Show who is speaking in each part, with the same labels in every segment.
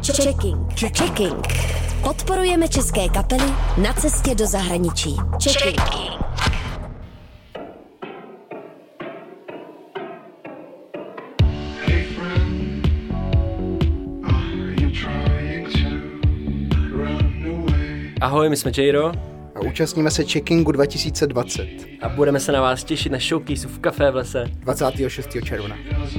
Speaker 1: Checking. Podporujeme české kapely na cestě do zahraničí. Checking.
Speaker 2: Ahoj, my jsme Jiro.
Speaker 3: A účastníme se Checkingu 2020.
Speaker 2: A budeme se na vás těšit na showcase v Café v lese
Speaker 3: 26. června.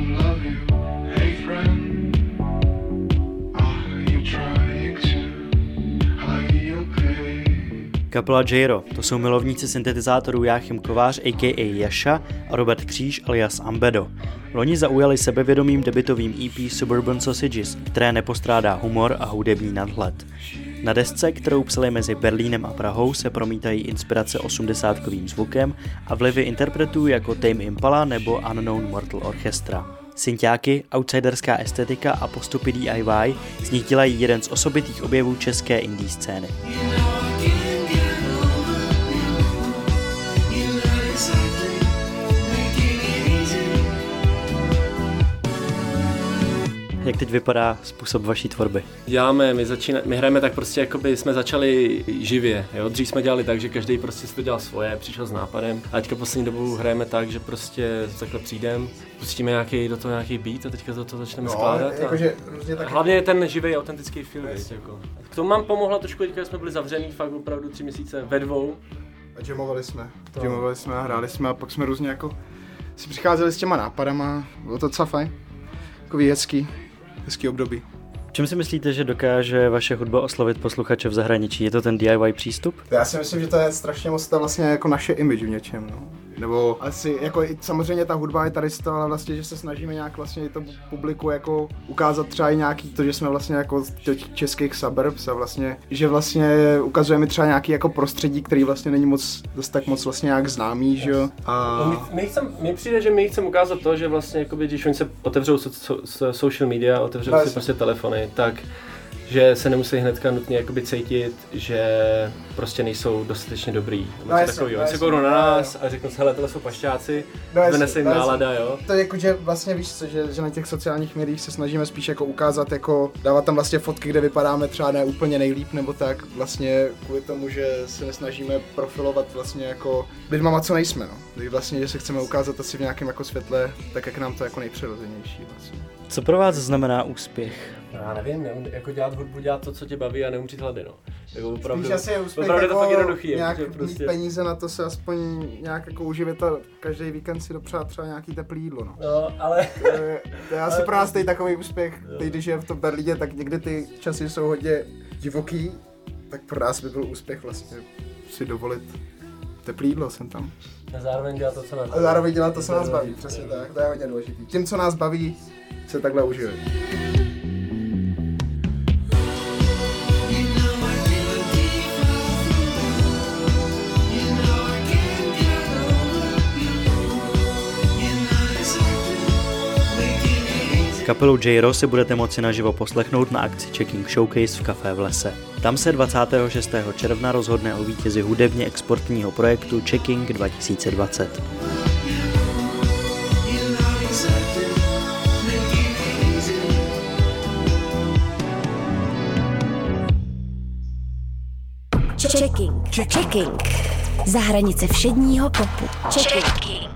Speaker 4: Kapela Jiro, to jsou milovníci syntetizátorů Jáchym Kovář a.k.a. Jaša a Robert Kříž alias Ambedo. Loni zaujali sebevědomým debutovým EP Suburban Sausages, které nepostrádá humor a hudební nadhled. Na desce, kterou psali mezi Berlínem a Prahou, se promítají inspirace 80kovým zvukem a vlivy interpretů jako Tame Impala nebo Unknown Mortal Orchestra. Synťáky, outsiderská estetika a postupy DIY z nich dělají jeden z osobitých objevů české indie scény. Jak teď vypadá způsob vaší tvorby?
Speaker 2: My hrajeme tak prostě, jakoby jsme začali živě, jo? Dřív jsme dělali tak, že každý prostě si to dělal svoje, přišel s nápadem a teďka poslední dobou hrajeme tak, že prostě takhle přijdeme, pustíme do toho nějaký beat a teďka to začneme skládat. Hlavně ten živý, autentický feel, jako. K tomu nám pomohla trošku, teďka jsme byli zavřený fakt opravdu 3 měsíce ve dvou.
Speaker 3: A jamovali jsme a hráli jsme a pak jsme různě jako si přicházeli s těma nápadama, bylo to docela fajn, takový hezký období.
Speaker 4: Čím si myslíte, že dokáže vaše hudba oslovit posluchače v zahraničí? Je to ten DIY přístup?
Speaker 3: Já si myslím, že to je strašně moc vlastně jako naše image v něčem, no. Nebo asi jako i samozřejmě ta hudba je tady z toho, ale vlastně, že se snažíme nějak vlastně to publiku jako ukázat třeba i nějaký to, že jsme vlastně jako z těch českých suburbs a vlastně, že vlastně ukazujeme třeba nějaký jako prostředí, který vlastně není dost tak moc vlastně nějak známý, že jo.
Speaker 2: Mně přijde, že my chceme ukázat to, že vlastně jakoby, když oni se otevřou social media, otevřou si prostě telefony, tak že se nemusí hnedka nutně jakoby cítit, že prostě nejsou dostatečně dobrý. Oni se kouknou na nás a řeknou si, hele, tohle jsou pašťáci, vynese jim nálada, jo.
Speaker 3: To je jako, že vlastně víš co, že na těch sociálních médiích se snažíme spíš jako ukázat, jako dávat tam vlastně fotky, kde vypadáme třeba ne úplně nejlíp nebo tak, vlastně kvůli tomu, že se nesnažíme profilovat vlastně jako lidmama, co nejsme, no. Takže vlastně, že se chceme ukázat asi v nějakém jako světle, tak jak nám to jako nejpřirozenější vlastně.
Speaker 4: Co pro vás znamená úspěch?
Speaker 2: Já nevím, jako dělat hudbu, dělat to, co tě baví a neumřít hlady, no. Jako opravdu,
Speaker 3: spíš asi je úspěch
Speaker 2: opravdu
Speaker 3: jako
Speaker 2: to fakt jednoduchý.
Speaker 3: Nějak
Speaker 2: prostě
Speaker 3: mít peníze na to se aspoň nějak jako uživit a každý víkend si dopřát třeba nějaký teplý jídlo, no.
Speaker 2: No, ale...
Speaker 3: To je asi pro nás teď takový úspěch, teď když je v tom Berlíně, tak někdy ty časy jsou hodně divoký, tak pro nás by byl úspěch vlastně si dovolit teplý jídlo sem tam.
Speaker 2: A zároveň dělat to, co nás baví.
Speaker 3: A zároveň dělat to, co nás baví, přesně tak, to je hodně důležitý. Tím, co nás baví, se takhle uživit.
Speaker 4: Kapelu Jiro si budete moci naživo poslechnout na akci Checking Showcase v Café v lese. Tam se 26. června rozhodne o vítězi hudebně exportního projektu Checking 2020.
Speaker 1: Checking. Za hranice všedního popu. Checking.